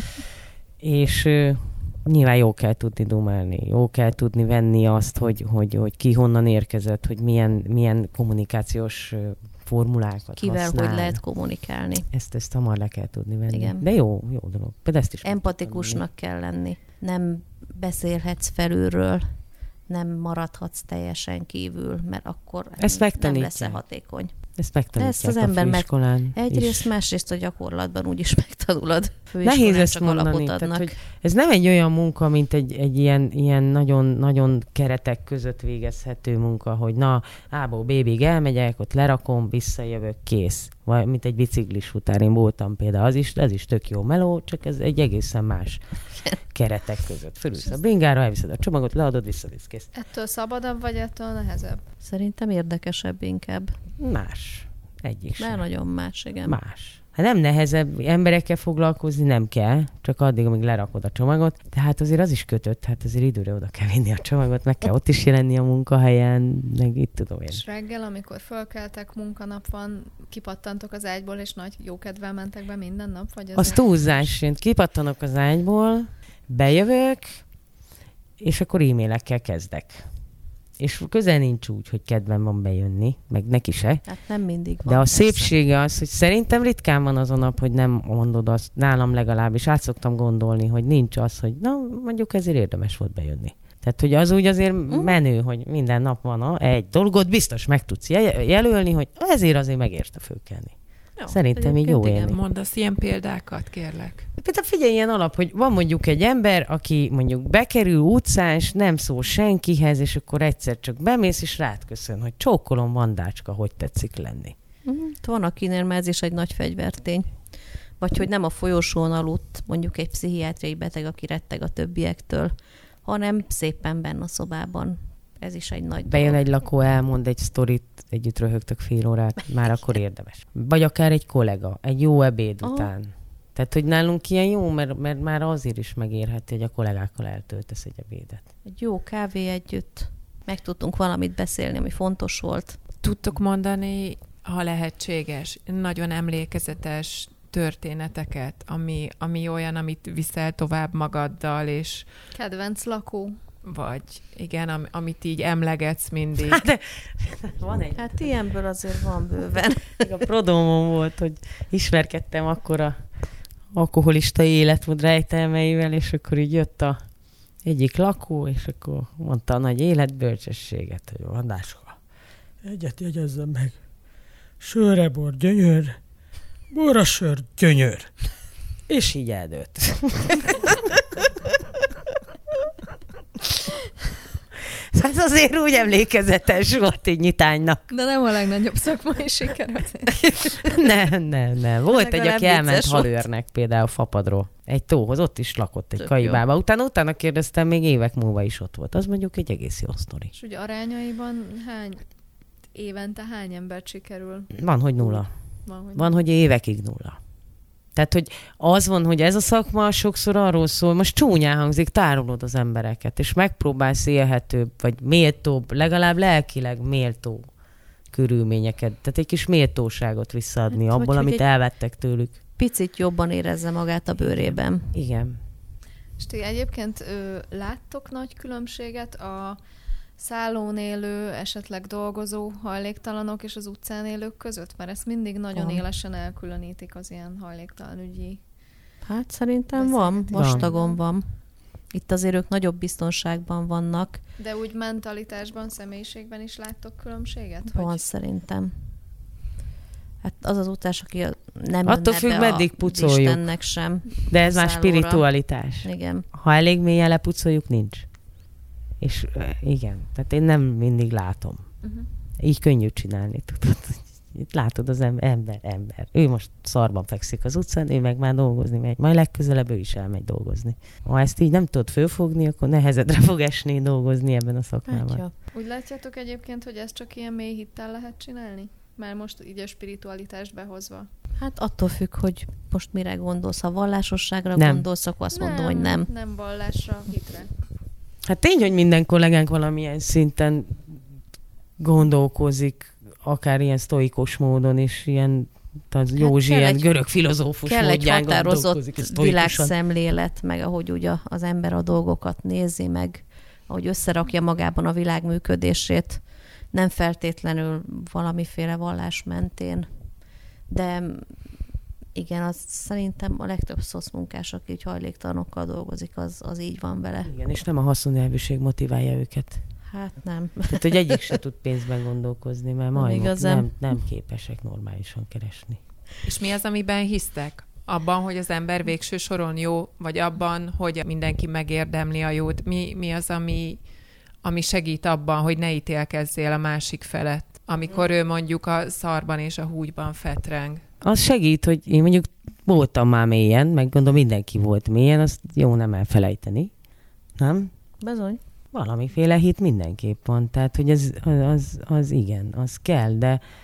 És uh, nyilván jó kell tudni dumálni, jó kell tudni venni azt, hogy, hogy, hogy ki honnan érkezett, hogy milyen, milyen kommunikációs uh, formulákat Kivel használ. hogy lehet kommunikálni. Ezt, ezt hamar le kell tudni venni. Igen. De jó, jó dolog. Például ezt is Empatikusnak kell lenni. Nem beszélhetsz felülről, nem maradhatsz teljesen kívül, mert akkor Ezt nem leszel hatékony. Ezt megtanítják Ezt az a ember meg főiskolán. egyrészt, is. másrészt a gyakorlatban úgyis megtanulod. Nehéz ezt mondani, tehát, hogy ez nem egy olyan munka, mint egy, egy ilyen, ilyen nagyon, nagyon keretek között végezhető munka, hogy na, A-ból B-ig elmegyek, ott lerakom, visszajövök, kész. Vagy mint egy biciklis után, én voltam például, az is, ez is tök jó meló, csak ez egy egészen más keretek között. Fölülsz a bringára, elviszed a csomagot, leadod, visszavisz, kész. Ettől szabadabb, vagy ettől nehezebb? Szerintem érdekesebb inkább. Más. Egyik De sem. nagyon más, igen. Más. Hát nem nehezebb, emberekkel foglalkozni nem kell, csak addig, amíg lerakod a csomagot. Tehát azért az is kötött, hát azért időre oda kell vinni a csomagot, meg kell ott is jelenni a munkahelyen, meg itt tudom én. És reggel, amikor fölkeltek, munkanap van, kipattantok az ágyból, és nagy jókedvel mentek be minden nap? Vagy az túlzás, én kipattanok az ágyból, bejövök, és akkor e-mailekkel kezdek. És közel nincs úgy, hogy kedvem van bejönni, meg neki se. Hát nem mindig van. De a persze. szépsége az, hogy szerintem ritkán van az a nap, hogy nem mondod azt, nálam legalábbis át szoktam gondolni, hogy nincs az, hogy na, mondjuk ezért érdemes volt bejönni. Tehát, hogy az úgy azért uh-huh. menő, hogy minden nap van a, egy dolgot, biztos meg tudsz jelölni, hogy ezért azért megérte fölkelni. Jó, szerintem így jó élni. Mondasz ilyen példákat, kérlek. Például figyelj ilyen alap, hogy van mondjuk egy ember, aki mondjuk bekerül utcán, és nem szól senkihez, és akkor egyszer csak bemész, és rád köszön, hogy csókolom, Vandácska, hogy tetszik lenni. Uh-huh. Van, akinél már ez is egy nagy fegyvertény. Vagy hogy nem a folyosón aludt mondjuk egy pszichiátriai beteg, aki retteg a többiektől, hanem szépen benne a szobában. Ez is egy nagy Bejön dolog. egy lakó, elmond egy sztorit, együtt röhögtök fél órát, már akkor érdemes. Vagy akár egy kollega, egy jó ebéd Aha. után. Tehát, hogy nálunk ilyen jó, mert, mert már azért is megérheti, hogy a kollégákkal eltöltesz egy ebédet. Egy jó kávé együtt. Meg tudtunk valamit beszélni, ami fontos volt. Tudtok mondani, ha lehetséges, nagyon emlékezetes történeteket, ami, ami olyan, amit viszel tovább magaddal, és... Kedvenc lakó. Vagy igen, am, amit így emlegetsz mindig. Hát, van egy... Hát ilyenből azért van bőven. A prodómon volt, hogy ismerkedtem akkor a alkoholista életmód rejtelmeivel, és akkor így jött a egyik lakó, és akkor mondta a nagy életbölcsességet, hogy Vandáska, egyet jegyezzem meg. Sörre bor, gyönyör, borra sör, gyönyör. És így eldőlt. Hát azért úgy emlékezetes volt egy nyitánynak. De nem a legnagyobb szakmai siker. Nem, nem, nem. Volt egy, aki elment vicces volt. halőrnek például Fapadról. Egy tóhoz, ott is lakott egy Tök kaibába. Utána, utána kérdeztem, még évek múlva is ott volt. Az mondjuk egy egész jó sztori. És ugye arányaiban hány, évente hány embert sikerül? Van, hogy nulla. Van, hogy, Van, hogy évekig nulla. Tehát, hogy az van, hogy ez a szakma sokszor arról szól, most csúnyán hangzik, tárolod az embereket, és megpróbálsz élhetőbb, vagy méltóbb, legalább lelkileg méltó körülményeket, tehát egy kis méltóságot visszaadni Hát, abból, vagy, amit hogy elvettek tőlük. Picit jobban érezze magát a bőrében. Igen. És ti egyébként ö, láttok nagy különbséget a szállón élő, esetleg dolgozó hajléktalanok és az utcán élők között? Mert ezt mindig nagyon Van. élesen elkülönítik az ilyen hajléktalan ügyi. Hát szerintem van, Beszélgetés. vastagon van. Itt azért ők nagyobb biztonságban vannak. De úgy mentalitásban, személyiségben is láttok különbséget? Van Hogy szerintem. Hát az az utás, aki a- nem Attól jönne függ, be meddig a pucoljuk. Istennek sem. De ez már Szállóra. spiritualitás. Igen. Ha elég mélyen lepucoljuk, nincs. És uh, igen, tehát én nem mindig látom. uh-huh. Így könnyű csinálni, tudod. Itt látod az ember, ember, ember. Ő most szarban fekszik az utcán, ő meg már dolgozni megy. Majd legközelebb ő is elmegy dolgozni. Ha ezt így nem tudod fölfogni, akkor nehezedre fog esni dolgozni ebben a szakmában. Hát, ja. Úgy látjátok egyébként, hogy ezt csak ilyen mély hittel lehet csinálni? Már most így a spiritualitást behozva. Hát attól függ, hogy most mire gondolsz. Ha vallásosságra Nem. gondolsz, akkor azt mondom, hogy nem. Nem vallásra, hitre. Hát tény, hogy minden kollégánk valamilyen szinten gondolkozik, akár ilyen sztoikus módon is, ilyen az Hát Józsi, kell ilyen egy- görög filozófus Kell egy módján határozott gondolkozik, sztoikusan. világszemlélet, meg ahogy ugye az ember a dolgokat nézi, meg ahogy összerakja magában a világ működését, nem feltétlenül valamiféle vallás mentén. De igen, az szerintem a legtöbb szocmunkás, aki így hajléktalanokkal dolgozik, az, az így van vele. Igen, és nem a haszonelvűség motiválja őket. Hát nem. Tehát, hogy egyik se tud pénzben gondolkozni, mert Nem majmok igazán. nem, nem képesek normálisan keresni. És mi az, amiben hisztek? Abban, hogy az ember végső soron jó, vagy abban, hogy mindenki megérdemli a jót? Mi, mi az, ami, ami segít abban, hogy ne ítélkezzél a másik felett, amikor ő mondjuk a szarban és a húgyban fetreng? Az segít, hogy én mondjuk voltam már mélyen, meg gondolom mindenki volt mélyen, azt jó nem elfelejteni. Nem? Bizony. Valamiféle hit mindenképp van. Tehát, hogy ez, az, az igen, az kell, de,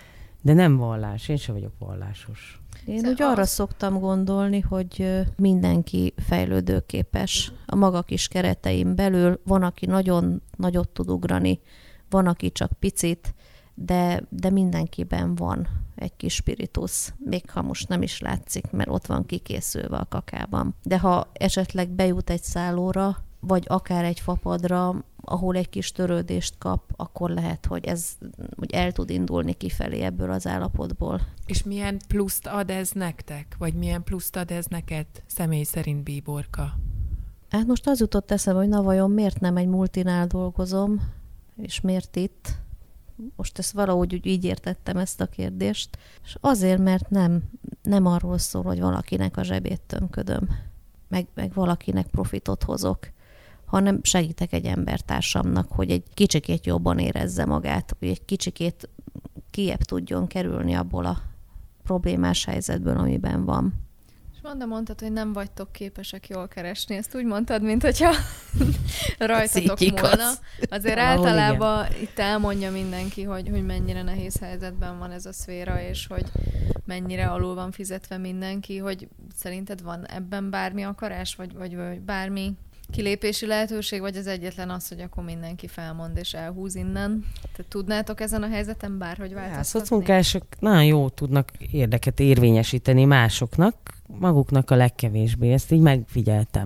De nem vallás, én sem vagyok vallásos. Én Szóval úgy arra az- szoktam gondolni, hogy mindenki fejlődőképes a maga kis keretein belül. Van, aki nagyon nagyot tud ugrani, van, aki csak picit, de, de mindenkiben van egy kis spiritusz, még ha most nem is látszik, mert ott van kikészülve a kakában. De ha esetleg bejut egy szállóra, vagy akár egy fapadra, ahol egy kis törődést kap, akkor lehet, hogy ez hogy el tud indulni kifelé ebből az állapotból. És milyen pluszt ad ez nektek? Vagy milyen pluszt ad ez neked személy szerint, Bíborka? Hát most az jutott eszembe, hogy na vajon miért nem egy multinál dolgozom, és miért itt? Most ezt valahogy úgy így értettem ezt a kérdést. És azért, mert nem, nem arról szól, hogy valakinek a zsebét tömködöm, meg, meg valakinek profitot hozok, hanem segítek egy embertársamnak, hogy egy kicsikét jobban érezze magát, hogy egy kicsikét kijebb tudjon kerülni abból a problémás helyzetből, amiben van. És Vanda, mondtad, hogy nem vagytok képesek jól keresni. Ezt úgy mondtad, mint hogyha rajtatok így igaz. volna. Azért Valahol általában itt elmondja mindenki, hogy, hogy mennyire nehéz helyzetben van ez a szféra, és hogy mennyire alul van fizetve mindenki, hogy szerinted van ebben bármi akarás, vagy, vagy, vagy bármi kilépési lehetőség, vagy az egyetlen az, hogy akkor mindenki felmond és elhúz innen? Tehát tudnátok ezen a helyzeten bárhogy Ja, a változtatni? szocmunkások nagyon jó tudnak érdeket érvényesíteni másoknak, maguknak a legkevésbé. Ezt így megfigyeltem.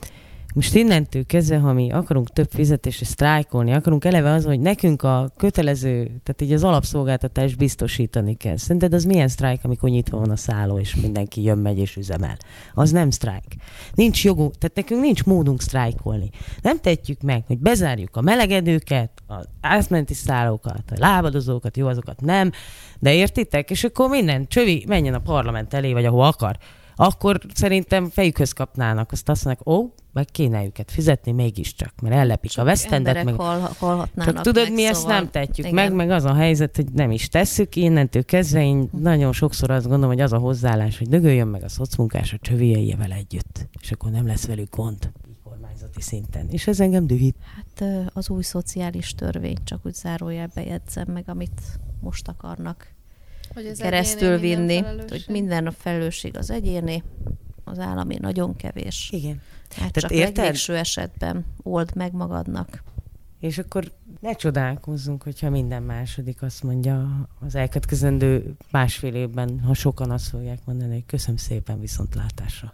Most innentől kezdve, ha mi akarunk több fizetésre sztrájkolni, akarunk eleve az, hogy nekünk a kötelező, tehát így az alapszolgáltatást biztosítani kell. Szerinted az milyen sztrájk, amikor nyitva van a szálló, és mindenki jön, megy és üzemel? Az nem sztrájk. Nincs jogunk, tehát nekünk nincs módunk sztrájkolni. Nem tehetjük meg, hogy bezárjuk a melegedőket, az átmeneti szállókat, a lábadozókat, jó, azokat nem, de értitek? És akkor minden csövi menjen a parlament elé, vagy ahol akar. Akkor szerintem fejükhöz kapnának. Azt azt mondják, ó, meg kéne őket fizetni mégiscsak, mert ellepik a West Endet. Emberek Meg... hal, halhatnának Csak tudod, meg, mi ezt szóval... nem tehetjük igen. meg, meg az a helyzet, hogy nem is tesszük, innentől kezdve én nagyon sokszor azt gondolom, hogy az a hozzáállás, hogy dögöljön meg a szocmunkás a csövéjeivel együtt, és akkor nem lesz velük gond kormányzati szinten. És ez engem dühít. Hát ö, az új szociális törvény, csak úgy zárójelbe jegyzem meg, amit most akarnak Hogy az keresztül egyéni minden vinni, felelősség? hogy minden a felelősség az egyéni, az állami nagyon kevés. Igen. Hát Tehát csak érted? legvégső esetben old meg magadnak. És akkor ne csodálkozzunk, hogyha minden második azt mondja az elkövetkezendő másfél évben, ha sokan azt fogják mondani, hogy köszönöm szépen, viszontlátásra.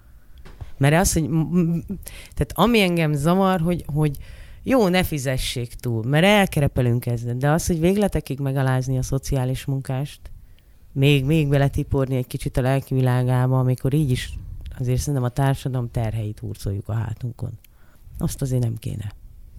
Mert az, hogy tehát ami engem zavar, hogy, hogy jó, ne fizessék túl, mert elkerepelünk ezzel, de az, hogy végletekig megalázni a szociális munkást, még, még beletiporni egy kicsit a lelki világába, amikor így is azért szerintem a társadalom terheit hurcoljuk a hátunkon. Azt azért nem kéne.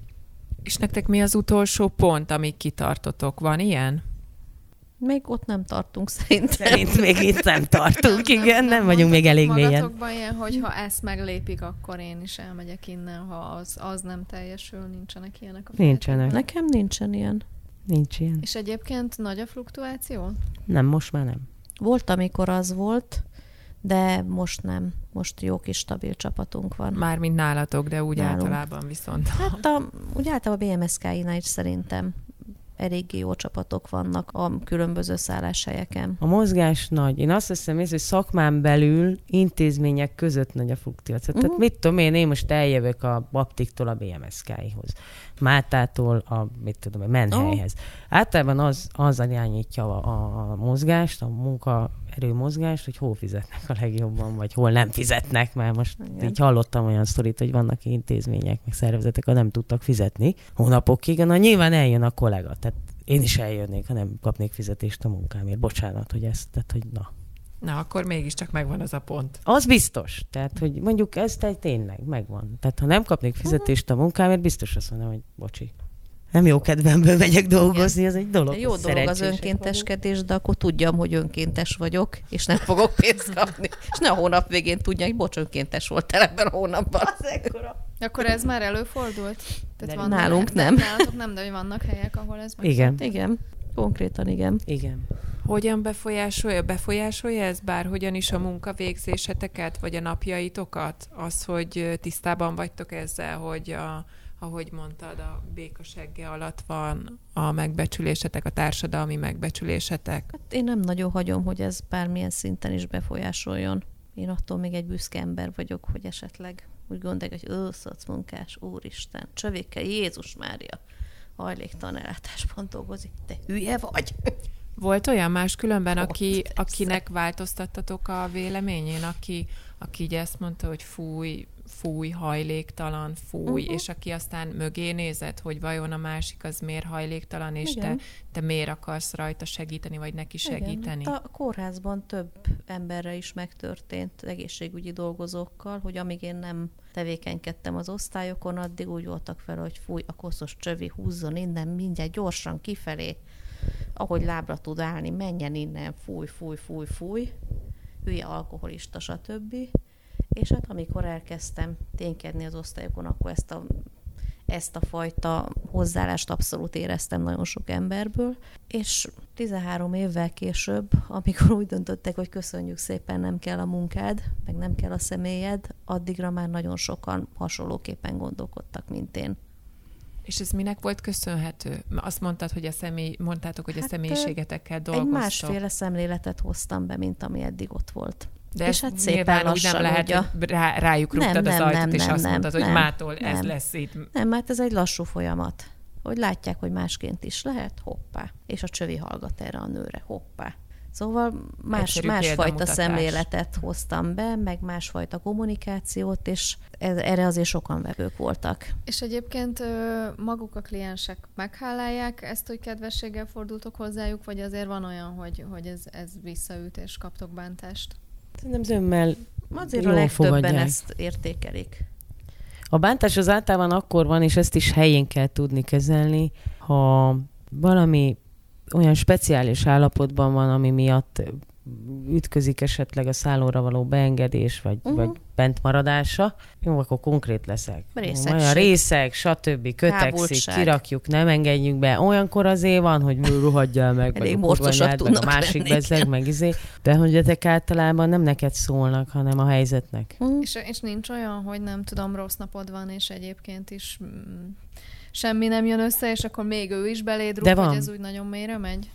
És nektek mi az utolsó pont, amíg kitartotok? Van ilyen? Még ott nem tartunk szerintem. Szerint még itt nem tartunk, igen, nem vagyunk még elég mélyen. Magatokban ilyen, hogy ha ezt meglépik, akkor én is elmegyek innen, ha az, az nem teljesül, nincsenek ilyenek a Nincsenek. feltételek. Nekem nincsen ilyen. Nincs ilyen. És egyébként nagy a fluktuáció? Nem, most már nem. Volt, amikor az volt, de most nem. Most jó kis stabil csapatunk van. Mármint nálatok, de úgy Nálunk. általában viszont. Hát a, úgy általában a bé em es ká i-nál is szerintem eléggé jó csapatok vannak a különböző szálláshelyeken. A mozgás nagy. Én azt hiszem, hogy szakmán belül intézmények között nagy a fluktuáció. Tehát Uh-huh. mit tudom én, én most eljövök a Baptiktól a bé em es ká i-hoz. Mátától a, mit tudom, a Menhelyhez. Általában az, az irányítja a, a mozgást, a munkaerő mozgást, hogy hol fizetnek a legjobban, vagy hol nem fizetnek, mert most Igen. így hallottam olyan sztorit, hogy vannak intézmények, meg szervezetek, ha nem tudtak fizetni hónapokig, na nyilván eljön a kollega. Tehát én is eljönnék, ha nem kapnék fizetést a munkámért. Bocsánat, hogy ezt, tehát, hogy na. Na, akkor mégiscsak megvan az a pont. Az biztos. Tehát, hogy mondjuk ez te- tényleg megvan. Tehát, ha nem kapnék fizetést a munkámért, biztos azt mondom, hogy bocsi. Nem jó kedvemből megyek dolgozni, ez egy dolog. Jó dolog az Szerencsések önkénteskedés, de akkor tudjam, hogy önkéntes vagyok, és nem fogok pénzt kapni. És ne a hónap végén tudják, hogy bocs, önkéntes voltál ebben a hónapban. Akkor ez már előfordult? De vannak- nálunk nem. Nálatok nem, de hogy vannak helyek, ahol ez meg. Igen. Igen, konkrétan igen. Igen. Hogyan befolyásolja, befolyásolja ez bárhogyan is a munkavégzéseteket, vagy a napjaitokat? Az, hogy tisztában vagytok ezzel, hogy a, ahogy mondtad, a békasegge alatt van a megbecsülésetek, a társadalmi megbecsülésetek? Hát én nem nagyon hagyom, hogy ez bármilyen szinten is befolyásoljon. Én attól még egy büszke ember vagyok, hogy esetleg úgy gondolják, hogy ő, szocmunkás, úristen, csövékkel, Jézus Mária, hajléktalan ellátásban dolgozik. Te hülye vagy? Volt olyan máskülönben, aki, akinek változtattatok a véleményén, aki, aki így ezt mondta, hogy fúj, fúj, hajléktalan, fúj, uh-huh. és aki aztán mögé nézett, hogy vajon a másik az miért hajléktalan, és te, te miért akarsz rajta segíteni, vagy neki segíteni? Igen. A kórházban több emberre is megtörtént egészségügyi dolgozókkal, hogy amíg én nem tevékenykedtem az osztályokon, addig úgy voltak fel, hogy fúj, a koszos csövi, húzzon innen, mindjárt gyorsan kifelé, ahogy lábra tud állni, menjen innen, fúj, fúj, fúj, fúj, hülye alkoholista, stb. És hát amikor elkezdtem ténykedni az osztályokon, akkor ezt a, ezt a fajta hozzáállást abszolút éreztem nagyon sok emberből, és tizenhárom évvel később, amikor úgy döntöttek, hogy köszönjük szépen, nem kell a munkád, meg nem kell a személyed, addigra már nagyon sokan hasonlóképpen gondolkodtak, mint én. És ez minek volt köszönhető? Azt mondtad, hogy a személy, mondtátok, hogy hát a személyiségetekkel dolgoztok. Egy másféle szemléletet hoztam be, mint ami eddig ott volt. De és hát szépen úgy nem lehet, ugye, hogy rá, rájuk rúgtad az ajtót, nem, és nem, azt nem, mondtad, nem, hogy mától ez nem. lesz itt. Nem, hát ez egy lassú folyamat. Hogy látják, hogy másként is lehet, hoppá. És a csövi hallgat erre a nőre, hoppá. Szóval más, másfajta szemléletet hoztam be, meg másfajta kommunikációt, és ez, erre azért sokan vevők voltak. És egyébként maguk a kliensek meghálálják ezt, hogy kedvességgel fordultok hozzájuk, vagy azért van olyan, hogy, hogy ez, ez visszaüt, és kaptok bántást? Nem zömmel azért a legtöbben ezt értékelik. A bántás az általában akkor van, és ezt is helyén kell tudni kezelni, ha valami olyan speciális állapotban van, ami miatt ütközik esetleg a szállóra való beengedés, vagy, uh-huh. vagy bentmaradása. Jó, akkor konkrét leszek. Olyan részeg, stb. Kötekszik, kirakjuk, nem engedjük be. Olyankor azért van, hogy rohadjál meg, elég vagy a meg a másik bezzeg, meg izé. De hogy ezek általában nem neked szólnak, hanem a helyzetnek. Uh-huh. És, és nincs olyan, hogy nem tudom, rossz napod van, és egyébként is mm, semmi nem jön össze, és akkor még ő is beléd rúg, hogy ez úgy nagyon mélyre megy?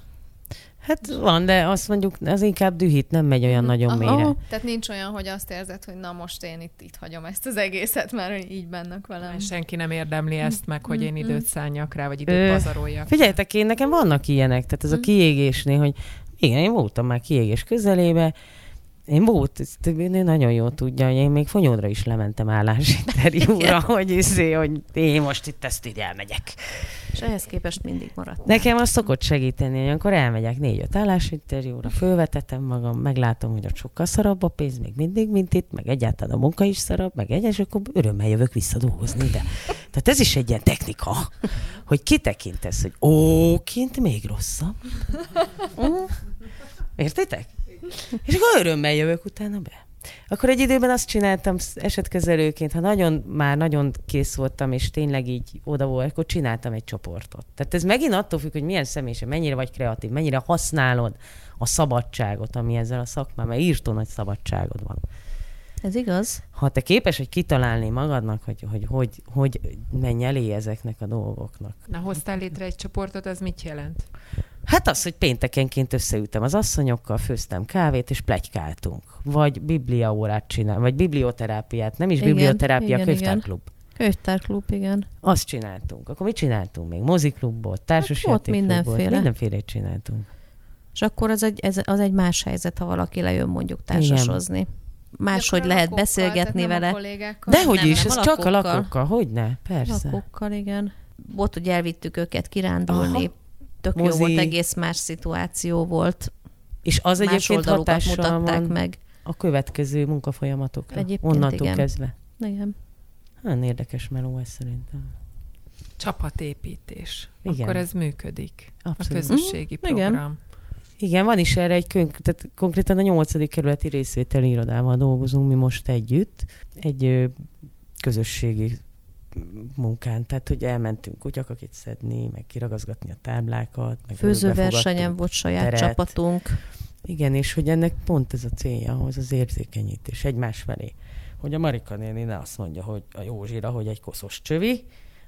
Hát van, de azt mondjuk, az inkább dühít, nem megy olyan nagyon Aha. mélyre. Tehát nincs olyan, hogy azt érzed, hogy na most én itt, itt hagyom ezt az egészet, mert így bennek velem. Senki nem érdemli ezt meg, hogy én időt szálljak rá, vagy időt pazaroljak. Figyeljetek, én nekem vannak ilyenek, tehát ez a kiégésnél, hogy igen, én voltam már kiégés közelébe, én volt, ő nagyon jól tudja, hogy én még Fonyódra is lementem állásinterjúra, hogy, iszé, hogy én most itt ezt így elmegyek. És ehhez képest mindig maradt. Nekem az szokott segíteni, hogy akkor elmegyek négy-öt állásinterjúra, fölvetetem magam, meglátom, hogy ott sokkal szarabb a pénz még mindig, mint itt, meg egyáltalán a munka is szarabb, meg egyes, akkor örömmel jövök vissza dolgozni. De. Tehát ez is egy ilyen technika, hogy kitekintesz, hogy ó, kint még rosszabb. Értitek? És akkor örömmel jövök utána be. Akkor egy időben azt csináltam esetkezelőként, ha nagyon, már nagyon kész voltam, és tényleg így oda volt, akkor csináltam egy csoportot. Tehát ez megint attól függ, hogy milyen személyiség, mennyire vagy kreatív, mennyire használod a szabadságot, ami ezzel a szakmán, mert írtó nagy szabadságod van. Ez igaz? Ha te képes, hogy kitalálni magadnak, hogy hogy, hogy, hogy menj elé ezeknek a dolgoknak. Na, hoztál létre egy csoportot, az mit jelent? Hát az, hogy péntekenként összeültem az asszonyokkal, főztem kávét, és pletykáltunk. Vagy bibliaórát csinál, vagy biblioterápiát, nem is igen, biblioterápia, könyvtárklub. Könyvtárklub, igen. Azt csináltunk. Akkor mit csináltunk még? Moziklubot, társasjátékklubot, hát mindenféle. mindenféle csináltunk. És akkor az egy, ez, az egy más helyzet, ha valaki lejön mondjuk társasozni. Máshogy lehet lakokkal, beszélgetni vele. De hogy is, ez csak a lakokkal, hogyne? Persze. Lakokkal, igen. Volt, hogy elvittük őket kirándulni. Aha. Tök Mozi. Jó volt, egész más szituáció volt. És az más egyébként hatással mutatták van meg. A következő munkafolyamatokra. Egyébként onnantól igen. kezdve. Igen. Nagyon érdekes meló ez szerintem. Csapatépítés. Igen. Akkor ez működik. Abszolút. A közösségi mm, program. Igen. Igen, van is erre egy könyv, tehát konkrétan a nyolcadik kerületi részvételi irodával dolgozunk mi most együtt. Egy ö, közösségi munkán, tehát hogy elmentünk kutyakakit szedni, meg kiragazgatni a táblákat. Meg főzőversenyen volt saját teret. Csapatunk. Igen, és hogy ennek pont ez a célja, ahhoz az érzékenyítés egymás felé. Hogy a Marika néni ne azt mondja, hogy a Józsira, hogy egy koszos csövi,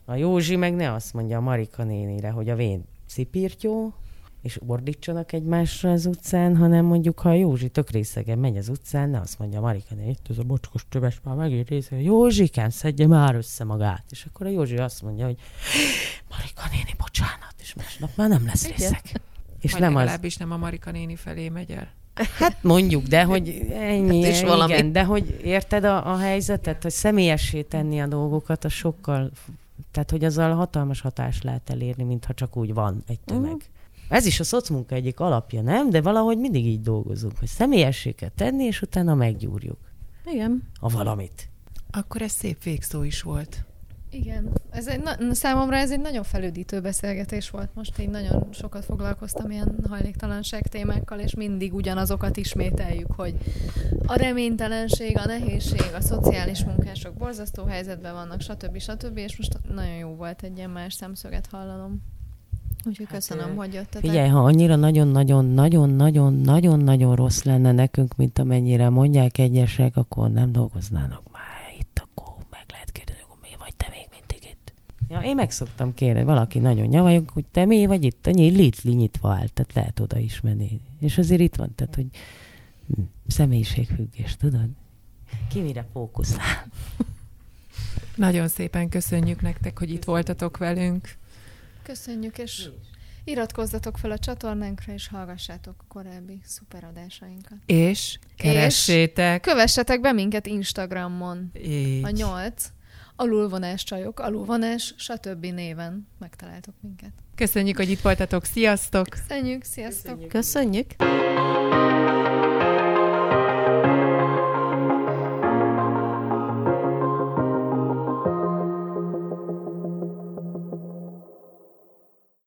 A Józsi meg ne azt mondja a Marika nénire, hogy a vén szipirtyó, és ordítsanak egymásra az utcán, hanem mondjuk, ha a Józsi tök részegen megy az utcán, ne azt mondja a Marika néni, itt ez a bocskos csöves már megint részegen, Józsikám, szedje már össze magát. És akkor a Józsi azt mondja, hogy Marika néni, bocsánat, és másnap már nem lesz részeg. És vagy nem legalábbis az... nem a Marika néni felé megy el. Hát mondjuk, de hogy ennyi, Hát és valami. igen, de hogy érted a, a helyzetet, hogy személyessé tenni a dolgokat, az sokkal, tehát hogy azzal hatalmas hatást lehet elérni, mintha csak úgy van egy tömeg. Mm. Ez is a szocmunka egyik alapja, nem? De valahogy mindig így dolgozunk, hogy személyessé kell tenni, és utána meggyúrjuk. Igen. A valamit. Akkor ez szép végszó is volt. Igen, ez egy na- számomra ez egy nagyon felüdítő beszélgetés volt. Most így nagyon sokat foglalkoztam ilyen hajléktalanság témákkal, és mindig ugyanazokat ismételjük, hogy a reménytelenség, a nehézség, a szociális munkások borzasztó helyzetben vannak, stb. stb. És most nagyon jó volt egy ilyen más szemszöget hallanom. Úgyhogy hát köszönöm, hogy jöttetek. Figyelj, ha annyira nagyon-nagyon-nagyon-nagyon-nagyon rossz lenne nekünk, mint amennyire mondják egyesek, akkor nem dolgoznának már itt, akkor meg lehet kérdezni, hogy miért vagy te még mindig itt. Ja, én meg szoktam kérni, valaki nagyon nyavajog, hogy te miért vagy itt, annyi litli nyitva áll, tehát lehet oda is menni. És azért itt van, tehát, hogy hm, személyiségfüggés, tudod? Ki mire fókuszál? Nagyon szépen köszönjük nektek, hogy itt voltatok velünk. Köszönjük, és iratkozzatok fel a csatornánkra, és hallgassátok a korábbi szuperadásainkat. És keressétek. Kövessetek be minket Instagramon. Így. A nyolc alulvonás csajok, alulvonás, stb. Néven megtaláltok minket. Köszönjük, hogy itt voltatok. Sziasztok! Köszönjük, sziasztok! Köszönjük!